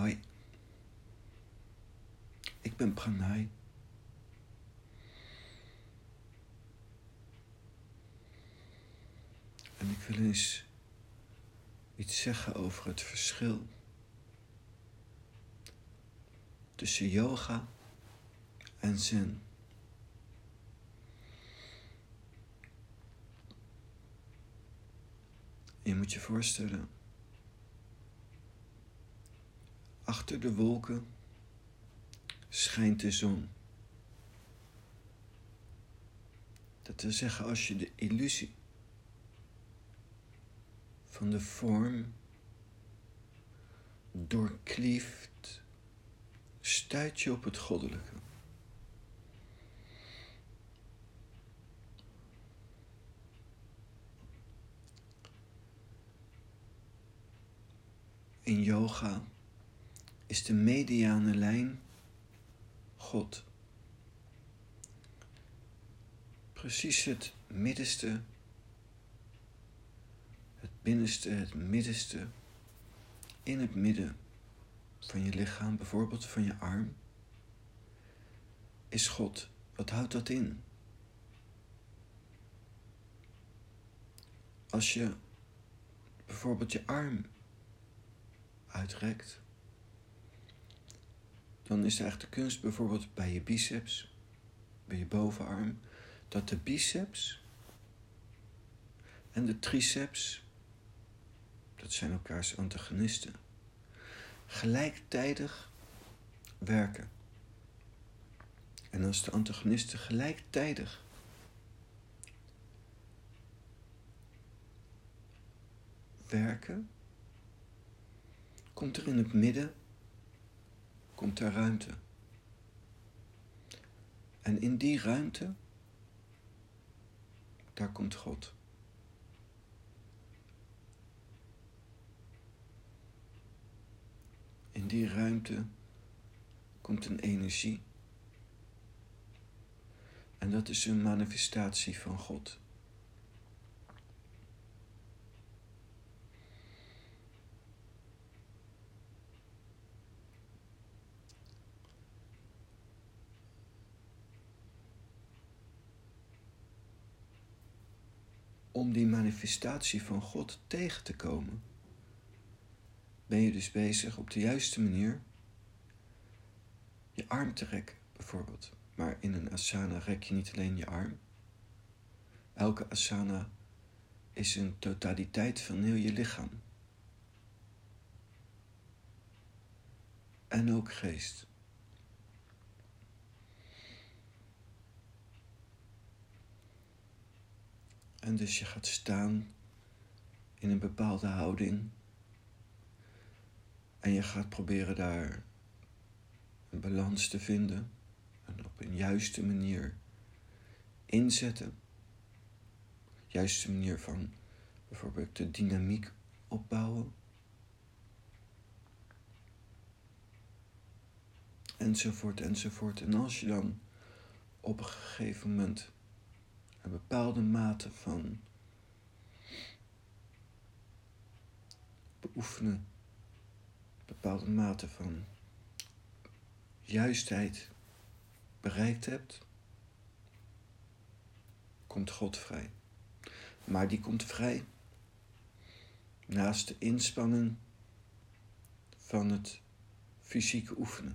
Hoi, ik ben Pranay. En ik wil eens iets zeggen over het verschil tussen yoga en zen. Je moet je voorstellen, achter de wolken schijnt de zon. Dat wil zeggen, als je de illusie van de vorm doorklieft, stuit je op het goddelijke. In yoga is de mediane lijn God. Precies het middenste, het binnenste, het middenste, in het midden van je lichaam, bijvoorbeeld van je arm, is God. Wat houdt dat in? Als je bijvoorbeeld je arm uitrekt, dan is eigenlijk de kunst bijvoorbeeld bij je biceps, bij je bovenarm, dat de biceps en de triceps, dat zijn elkaars antagonisten, gelijktijdig werken. En als de antagonisten gelijktijdig werken, komt er in het midden ruimte. En in die ruimte, daar komt God. In die ruimte komt een energie. En dat is een manifestatie van God. Om die manifestatie van God tegen te komen, ben je dus bezig op de juiste manier je arm te rekken, bijvoorbeeld. Maar in een asana rek je niet alleen je arm. Elke asana is een totaliteit van heel je lichaam. En ook geest. En dus je gaat staan in een bepaalde houding. En je gaat proberen daar een balans te vinden. En op een juiste manier inzetten. Juiste manier van bijvoorbeeld de dynamiek opbouwen. Enzovoort, enzovoort. En als je dan op een gegeven moment een bepaalde mate van beoefenen, een bepaalde mate van juistheid bereikt hebt, komt God vrij. Maar die komt vrij naast de inspanning van het fysieke oefenen.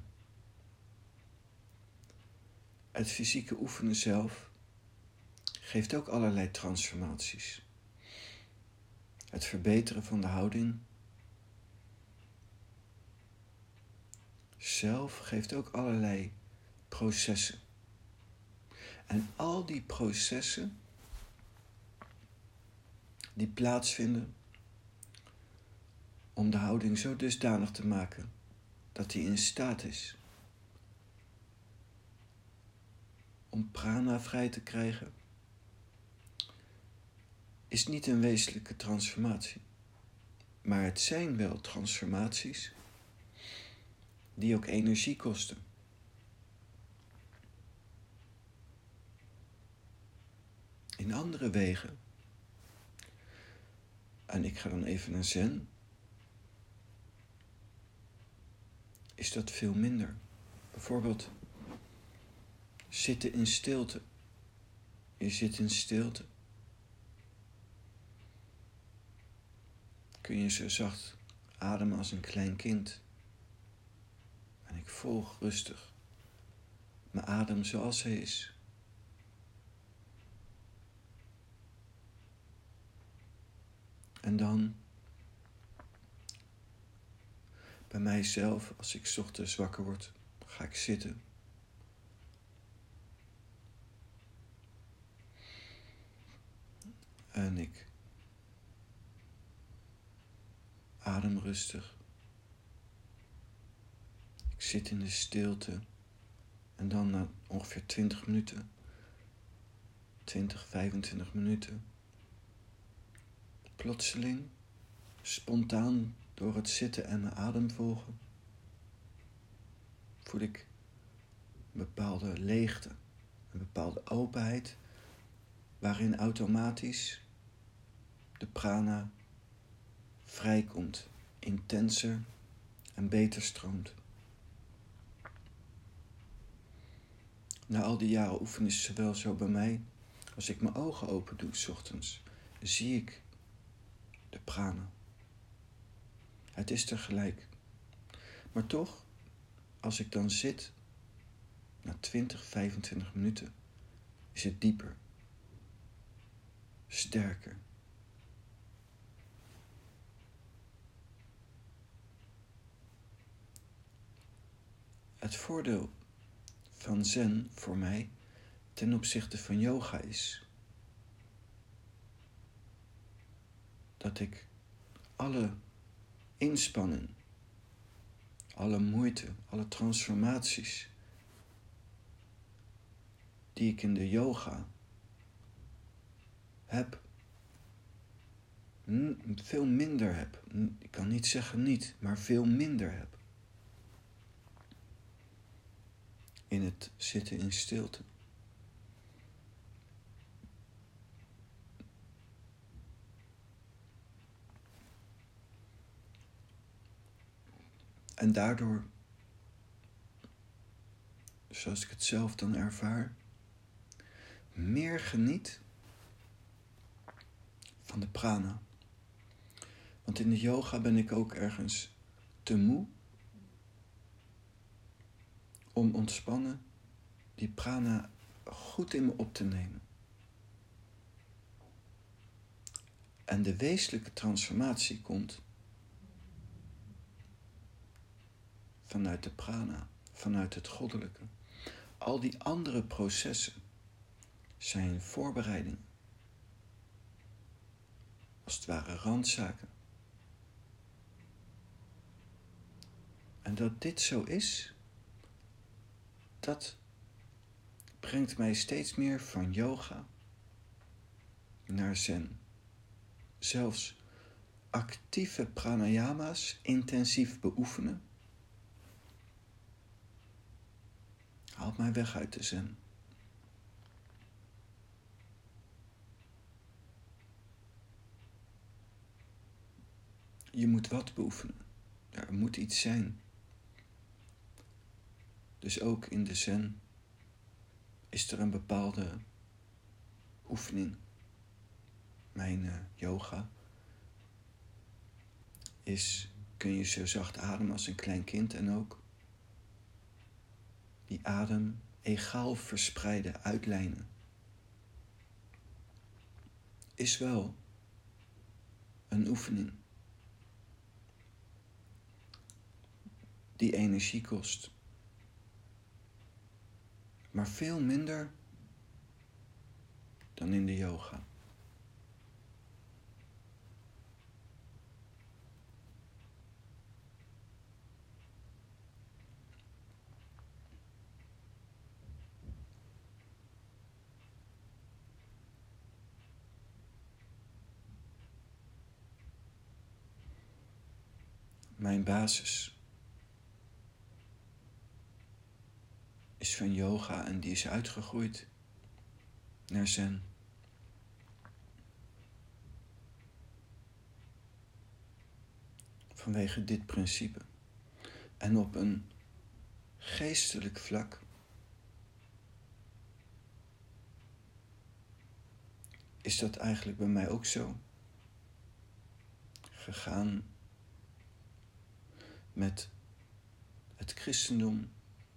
Het fysieke oefenen zelf geeft ook allerlei transformaties. Het verbeteren van de houding zelf geeft ook allerlei processen. En al die processen die plaatsvinden om de houding zo dusdanig te maken dat die in staat is om prana vrij te krijgen, is niet een wezenlijke transformatie. Maar het zijn wel transformaties die ook energie kosten. In andere wegen, en ik ga dan even naar Zen, is dat veel minder. Bijvoorbeeld zitten in stilte. Je zit in stilte. Kun je zo zacht ademen als een klein kind. En ik volg rustig mijn adem zoals hij is. En dan bij mijzelf, als ik 's ochtends wakker word, ga ik zitten. En ik adem rustig. Ik zit in de stilte. En dan na ongeveer 20 minuten, 25 minuten, plotseling, spontaan door het zitten en mijn adem volgen, voel ik een bepaalde leegte, een bepaalde openheid, waarin automatisch de prana vrijkomt, intenser en beter stroomt. Na al die jaren oefenen is het wel zo bij mij, als ik mijn ogen open doe 's ochtends, zie ik de prana. Het is tegelijk. Maar toch, als ik dan zit, na 20, 25 minuten, is het dieper, sterker. Het voordeel van Zen voor mij ten opzichte van yoga is dat ik alle inspanning, alle moeite, alle transformaties die ik in de yoga heb, veel minder heb. Ik kan niet zeggen niet, maar veel minder heb. In het zitten in stilte. En daardoor, zoals ik het zelf dan ervaar, meer geniet van de prana. Want in de yoga ben ik ook ergens te moe om ontspannen die prana goed in me op te nemen. En de wezenlijke transformatie komt vanuit de prana, vanuit het goddelijke. Al die andere processen zijn voorbereidingen. Als het ware randzaken. En dat dit zo is, dat brengt mij steeds meer van yoga naar zen. Zelfs actieve pranayama's intensief beoefenen haalt mij weg uit de zen. Je moet wat beoefenen. Er moet iets zijn. Dus ook in de zen is er een bepaalde oefening. Mijn yoga is, kun je zo zacht ademen als een klein kind en ook die adem egaal verspreiden, uitlijnen. Is wel een oefening die energie kost. Maar veel minder dan in de yoga. Mijn basis is van yoga en die is uitgegroeid naar zen. Vanwege dit principe. En op een geestelijk vlak is dat eigenlijk bij mij ook zo gegaan met het christendom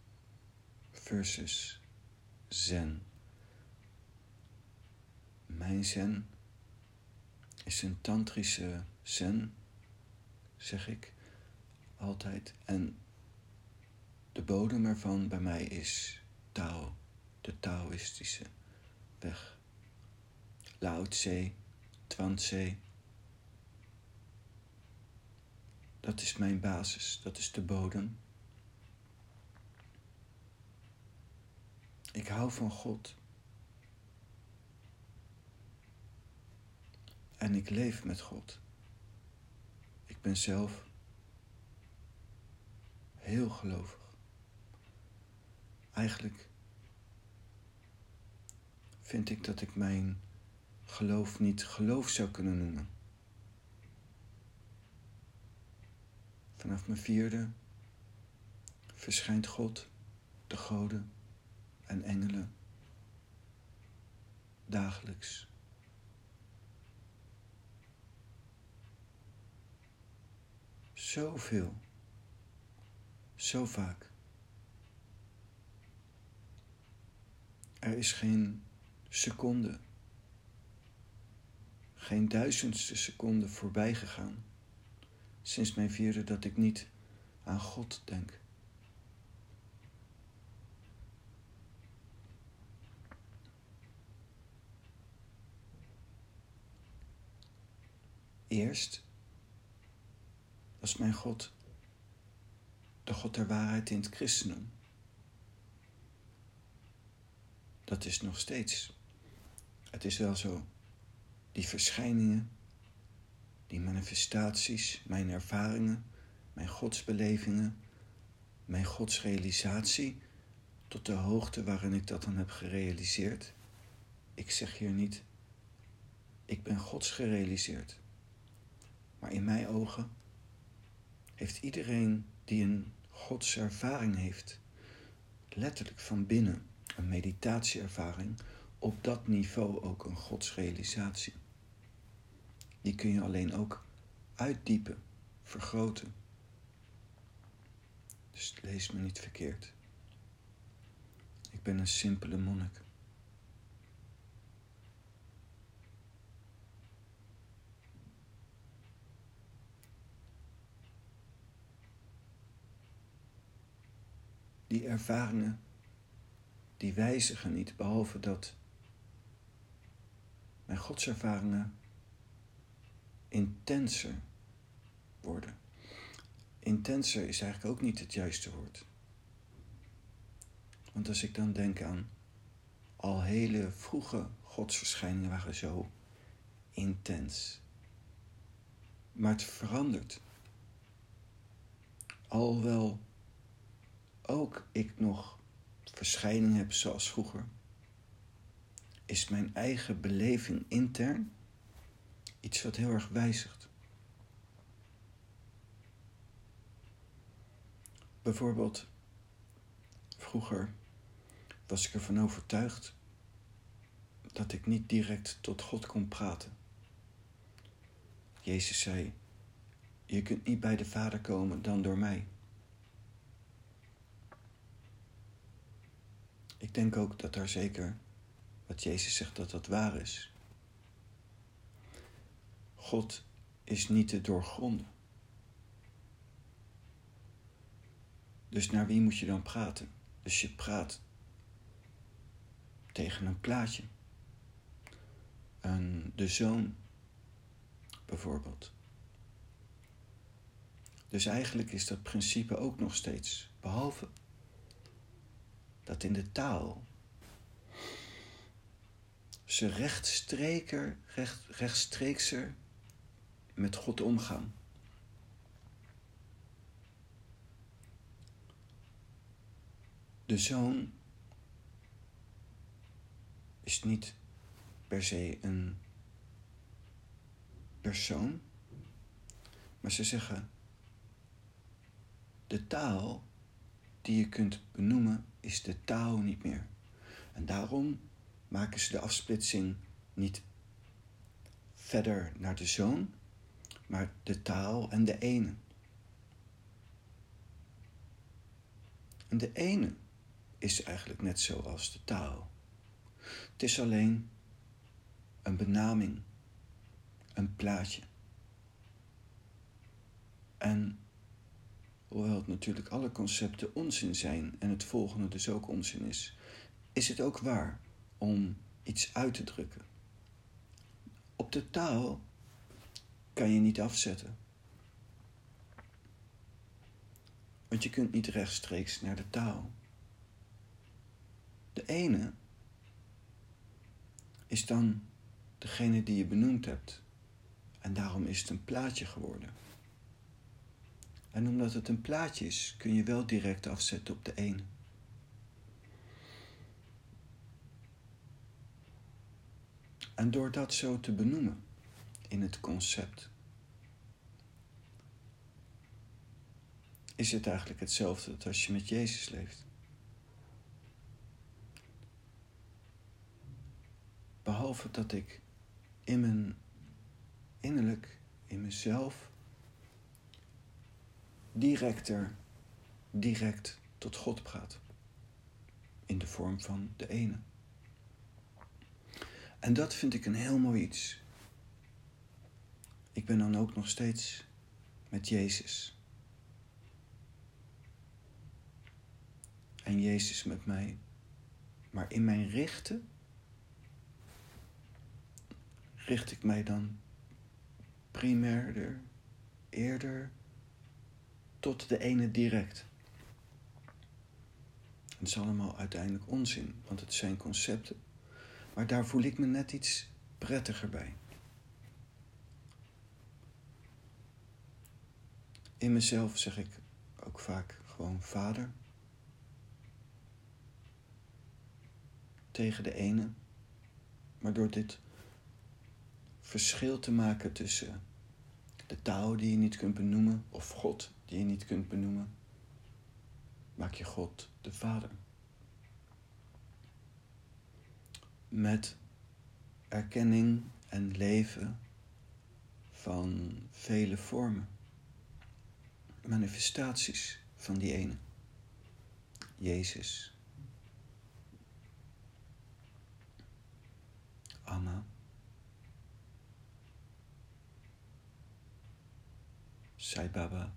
versus zen. Mijn zen is een tantrische zen, zeg ik altijd. En de bodem ervan bij mij is Tao, de Taoïstische weg. Lao Tse, Zhuangzi. Dat is mijn basis, dat is de bodem. Ik hou van God. En ik leef met God. Ik ben zelf heel gelovig. Eigenlijk vind ik dat ik mijn geloof niet geloof zou kunnen noemen. Vanaf mijn 4e verschijnt God, de goden en engelen dagelijks. Zoveel, zo vaak. Er is geen seconde, geen duizendste seconde voorbij gegaan sinds mijn 4e dat ik niet aan God denk. Eerst was mijn God de God der waarheid in het christendom. Dat is nog steeds. Het is wel zo. Die verschijningen, die manifestaties, mijn ervaringen, mijn godsbelevingen, mijn godsrealisatie, tot de hoogte waarin ik dat dan heb gerealiseerd. Ik zeg hier niet, ik ben Gods gerealiseerd. Maar in mijn ogen heeft iedereen die een godservaring heeft, letterlijk van binnen, een meditatieervaring, op dat niveau ook een godsrealisatie. Die kun je alleen ook uitdiepen, vergroten. Dus lees me niet verkeerd. Ik ben een simpele monnik. Die ervaringen, die wijzigen niet, behalve dat mijn godservaringen intenser worden. Intenser is eigenlijk ook niet het juiste woord. Want als ik dan denk aan al hele vroege godsverschijningen waren zo intens. Maar het verandert. Alhoewel ook ik nog verschijningen heb zoals vroeger, is mijn eigen beleving intern iets wat heel erg wijzigt. Bijvoorbeeld, vroeger was ik ervan overtuigd dat ik niet direct tot God kon praten. Jezus zei, je kunt niet bij de Vader komen dan door mij. Ik denk ook dat daar zeker, wat Jezus zegt, dat dat waar is. God is niet te doorgronden. Dus naar wie moet je dan praten? Dus je praat tegen een plaatje. De zoon, bijvoorbeeld. Dus eigenlijk is dat principe ook nog steeds, behalve dat in de taal ze rechtstreekser met God omgaan. De zoon is niet per se een persoon, maar ze zeggen de taal die je kunt benoemen is de Tao niet meer. En daarom maken ze de afsplitsing niet verder naar de zoon, maar de Tao en de ene. En de ene is eigenlijk net zoals de Tao. Het is alleen een benaming, een plaatje. En hoewel het natuurlijk alle concepten onzin zijn en het volgende dus ook onzin is het ook waar om iets uit te drukken. Op de taal kan je niet afzetten. Want je kunt niet rechtstreeks naar de taal. De ene is dan degene die je benoemd hebt. En daarom is het een plaatje geworden. En omdat het een plaatje is, kun je wel direct afzetten op de ene. En door dat zo te benoemen in het concept, is het eigenlijk hetzelfde als je met Jezus leeft. Behalve dat ik in mijn innerlijk, in mezelf, direct tot God praat. In de vorm van de ene. En dat vind ik een heel mooi iets. Ik ben dan ook nog steeds met Jezus. En Jezus met mij. Maar in mijn richt ik mij dan primairder, eerder tot de ene direct. Het is allemaal uiteindelijk onzin, want het zijn concepten. Maar daar voel ik me net iets prettiger bij. In mezelf zeg ik ook vaak gewoon vader. Tegen de ene. Maar door dit verschil te maken tussen de taal die je niet kunt benoemen of God die je niet kunt benoemen, maak je God de Vader. Met erkenning en leven van vele vormen, manifestaties van die ene, Jezus, Amma, Sai Baba,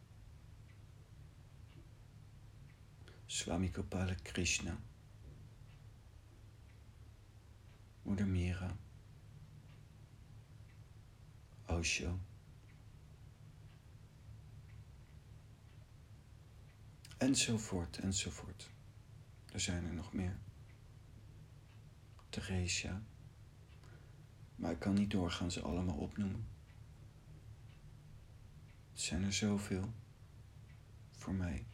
Swami Gopala Krishna, Moeder Mira, Osho, enzovoort, enzovoort. Er zijn er nog meer. Theresia. Maar ik kan niet doorgaan ze allemaal opnoemen. Het zijn er zoveel voor mij.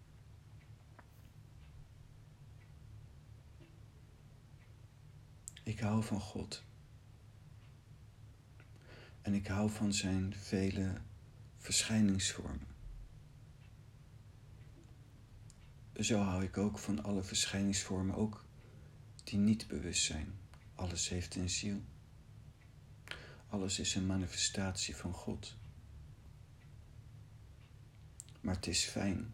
Ik hou van God. En ik hou van zijn vele verschijningsvormen. Zo hou ik ook van alle verschijningsvormen, ook die niet bewust zijn. Alles heeft een ziel. Alles is een manifestatie van God. Maar het is fijn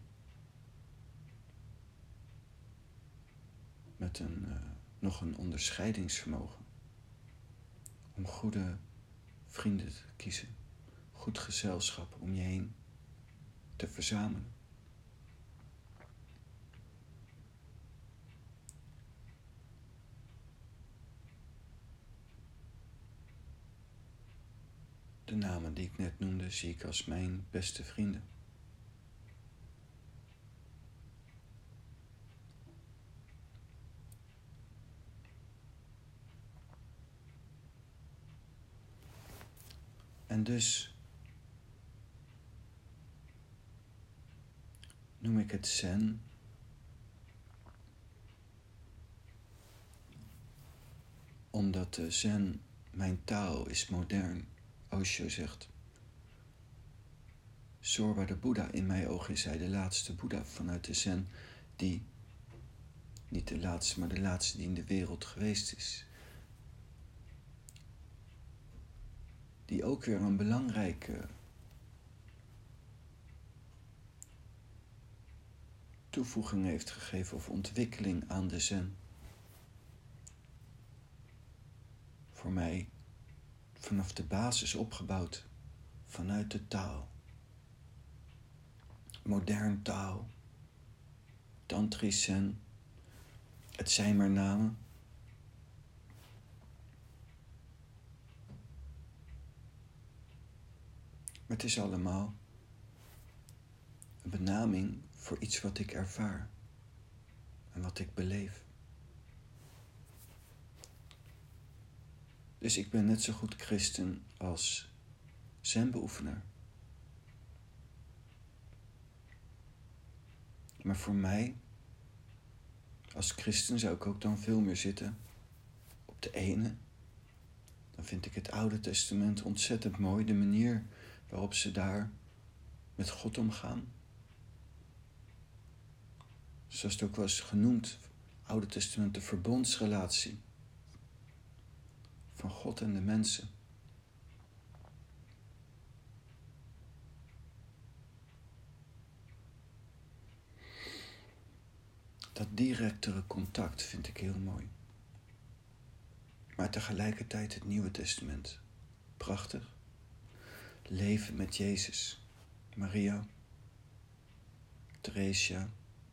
met nog een onderscheidingsvermogen om goede vrienden te kiezen, goed gezelschap om je heen te verzamelen. De namen die ik net noemde zie ik als mijn beste vrienden. En dus noem ik het zen, omdat de zen, mijn taal, is modern. Osho zegt, Zorba de Boeddha, in mijn ogen is hij de laatste Boeddha vanuit de Zen, die, niet de laatste, maar de laatste die in de wereld geweest is. Die ook weer een belangrijke toevoeging heeft gegeven of ontwikkeling aan de Zen. Voor mij vanaf de basis opgebouwd, vanuit de Tao. Modern Tao, Tantrisch Zen, het zijn maar namen. Maar het is allemaal een benaming voor iets wat ik ervaar en wat ik beleef. Dus ik ben net zo goed christen als zenbeoefenaar. Maar voor mij, als christen, zou ik ook dan veel meer zitten op de ene. Dan vind ik het Oude Testament ontzettend mooi, de manier waarop ze daar met God omgaan. Zoals het ook was genoemd, Oude Testament, de verbondsrelatie van God en de mensen. Dat directere contact vind ik heel mooi. Maar tegelijkertijd het Nieuwe Testament. Prachtig. Leven met Jezus, Maria, Theresia.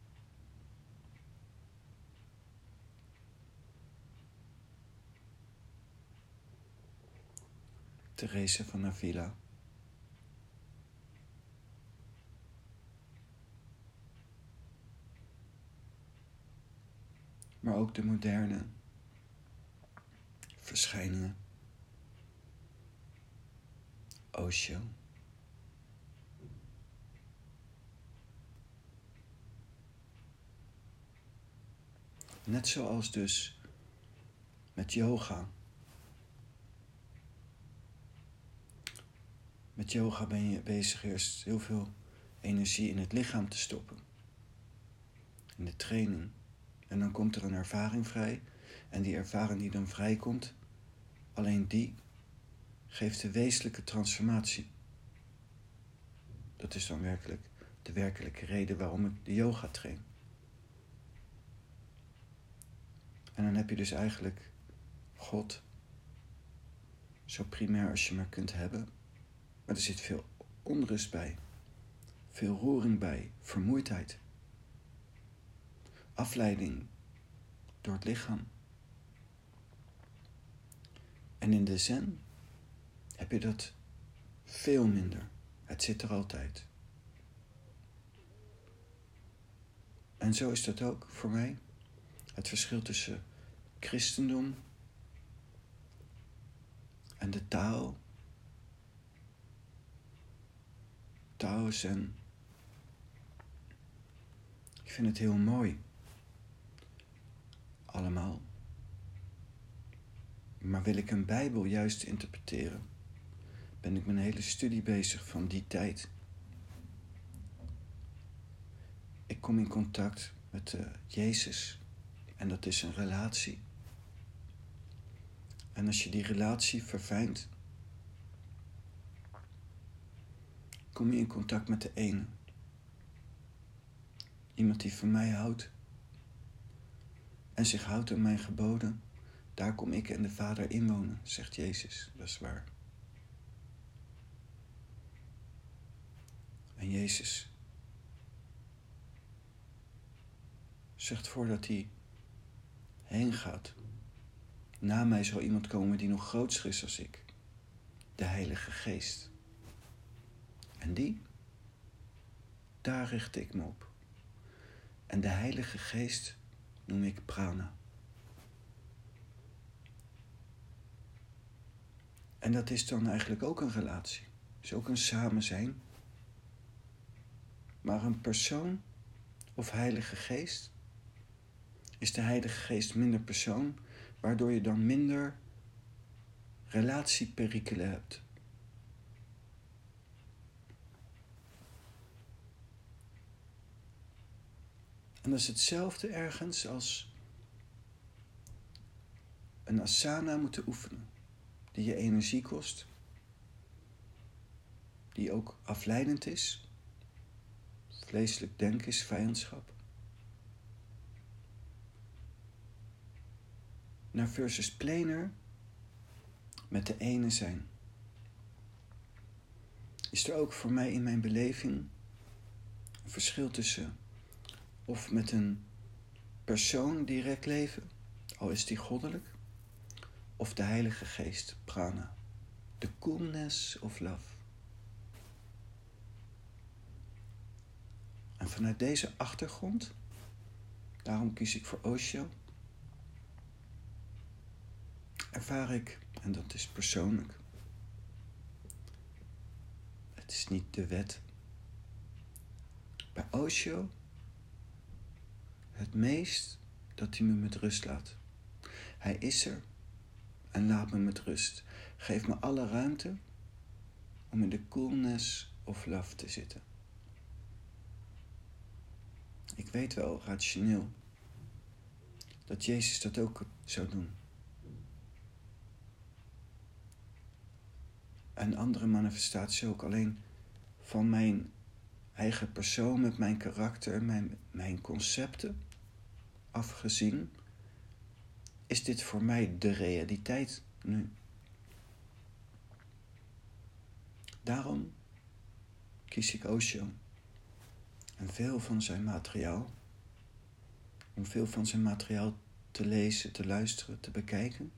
Teresa van Avila. Maar ook de moderne verschijningen. Osho. Net zoals dus met yoga. Met yoga ben je bezig eerst heel veel energie in het lichaam te stoppen. In de training. En dan komt er een ervaring vrij. En die ervaring die dan vrijkomt, alleen die geeft de wezenlijke transformatie. Dat is dan werkelijk de werkelijke reden waarom ik de yoga train. En dan heb je dus eigenlijk God, zo primair als je maar kunt hebben. Maar er zit veel onrust bij, veel roering bij, vermoeidheid, afleiding door het lichaam. En in de Zen heb je dat veel minder. Het zit er altijd. En zo is dat ook voor mij. Het verschil tussen christendom en de Tao. Tao Zen. Ik vind het heel mooi. Allemaal. Maar wil ik een Bijbel juist interpreteren, ben ik mijn hele studie bezig van die tijd. Ik kom in contact met Jezus. En dat is een relatie. En als je die relatie verfijnt, kom je in contact met de ene. Iemand die van mij houdt en zich houdt aan mijn geboden. Daar kom ik en de Vader inwonen, zegt Jezus. Dat is waar. En Jezus zegt voordat hij heen gaat: na mij zal iemand komen die nog groter is als ik. De Heilige Geest. En die, daar richt ik me op. En de Heilige Geest noem ik prana. En dat is dan eigenlijk ook een relatie. Is ook een samen zijn. Maar een persoon of Heilige Geest, is de Heilige Geest minder persoon, waardoor je dan minder relatieperikelen hebt. En dat is hetzelfde ergens als een asana moeten oefenen, die je energie kost, die ook afleidend is. Vleeselijk denken is vijandschap. Naar versus plener met de ene zijn. Is er ook voor mij in mijn beleving een verschil tussen of met een persoon direct leven, al is die goddelijk, of de Heilige Geest, prana, the coolness of love. En vanuit deze achtergrond, daarom kies ik voor Osho, ervaar ik, en dat is persoonlijk, het is niet de wet, bij Osho het meest dat hij me met rust laat. Hij is er en laat me met rust. Geef me alle ruimte om in de coolness of love te zitten. Ik weet wel, rationeel, dat Jezus dat ook zou doen. En andere manifestaties ook, alleen van mijn eigen persoon, met mijn karakter, mijn concepten afgezien, is dit voor mij de realiteit nu. Daarom kies ik Osho en veel van zijn materiaal, om veel van zijn materiaal te lezen, te luisteren, te bekijken.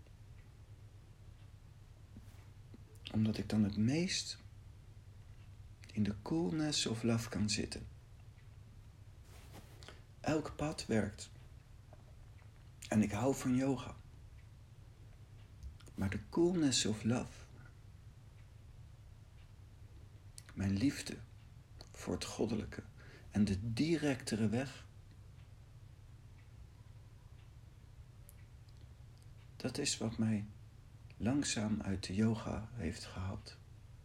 Omdat ik dan het meest in de coolness of love kan zitten. Elk pad werkt. En ik hou van yoga. Maar de coolness of love, mijn liefde voor het goddelijke en de directere weg, dat is wat mij langzaam uit de yoga heeft gehaald.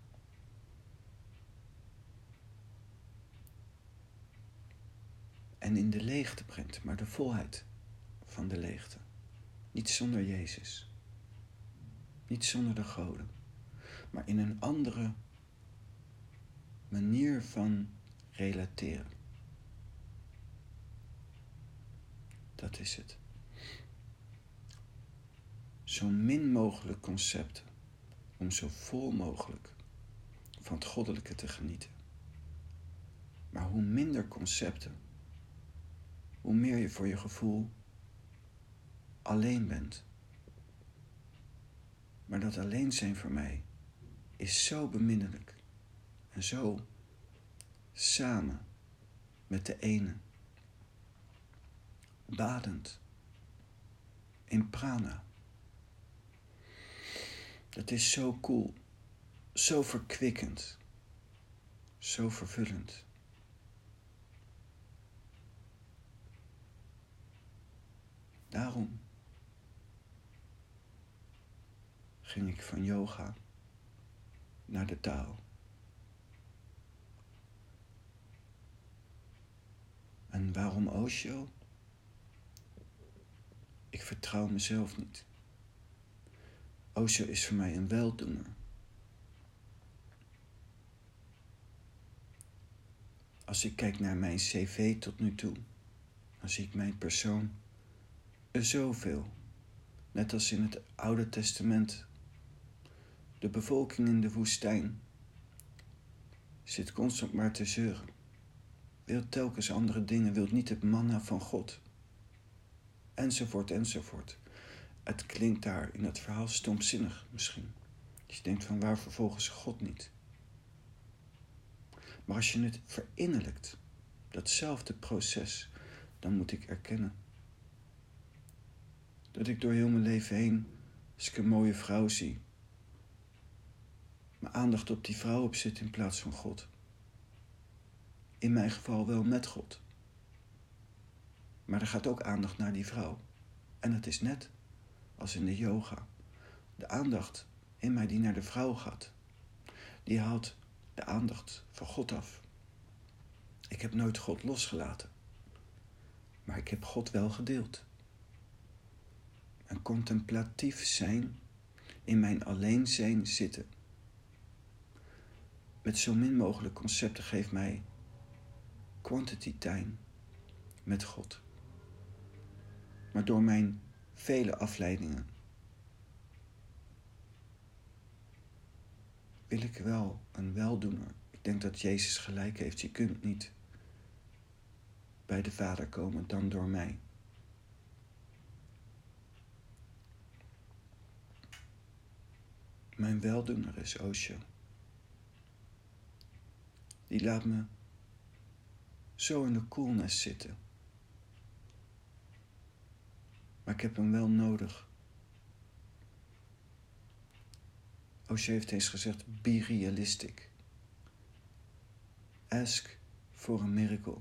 En in de leegte brengt, maar de volheid van de leegte. Niet zonder Jezus. Niet zonder de goden. Maar in een andere manier van relateren. Dat is het. Zo min mogelijk concepten om zo vol mogelijk van het goddelijke te genieten. Maar hoe minder concepten, hoe meer je voor je gevoel alleen bent. Maar dat alleen zijn voor mij is zo beminnelijk en zo samen met de ene, badend in prana. Dat is zo cool, zo verkwikkend, zo vervullend. Daarom ging ik van yoga naar de taal. En waarom Osho? Ik vertrouw mezelf niet. Osho is voor mij een weldoener. Als ik kijk naar mijn cv tot nu toe, dan zie ik mijn persoon zoveel. Net als in het Oude Testament. De bevolking in de woestijn zit constant maar te zeuren. Wil telkens andere dingen, wil niet het manna van God. Enzovoort, enzovoort. Het klinkt daar in het verhaal stomzinnig misschien. Je denkt van waar vervolgen ze God niet? Maar als je het verinnerlijkt, datzelfde proces, dan moet ik erkennen dat ik door heel mijn leven heen, als ik een mooie vrouw zie, mijn aandacht op die vrouw op zit in plaats van God. In mijn geval wel met God. Maar er gaat ook aandacht naar die vrouw. En het is net als in de yoga. De aandacht in mij die naar de vrouw gaat, die haalt de aandacht van God af. Ik heb nooit God losgelaten. Maar ik heb God wel gedeeld. En contemplatief zijn, in mijn alleen zijn zitten, met zo min mogelijk concepten geeft mij quantity time met God. Maar door mijn vele afleidingen wil ik wel een weldoener. Ik denk dat Jezus gelijk heeft. Je kunt niet bij de Vader komen dan door mij. Mijn weldoener is Osho. Die laat me zo in de coolness zitten. Maar ik heb hem wel nodig. Osho heeft eens gezegd, be realistic. Ask for a miracle.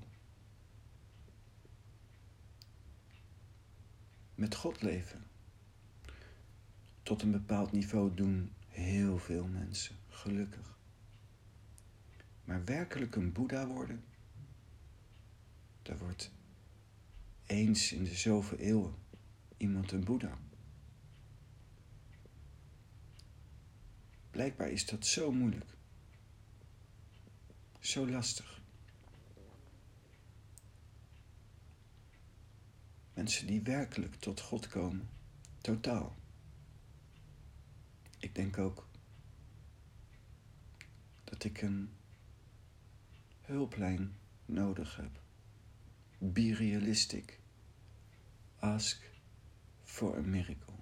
Met God leven. Tot een bepaald niveau doen heel veel mensen, gelukkig. Maar werkelijk een Boeddha worden, daar wordt eens in de zoveel eeuwen iemand een Boeddha. Blijkbaar is dat zo moeilijk. Zo lastig. Mensen die werkelijk tot God komen. Totaal. Ik denk ook dat ik een hulplijn nodig heb. Be realistic. Ask for a miracle.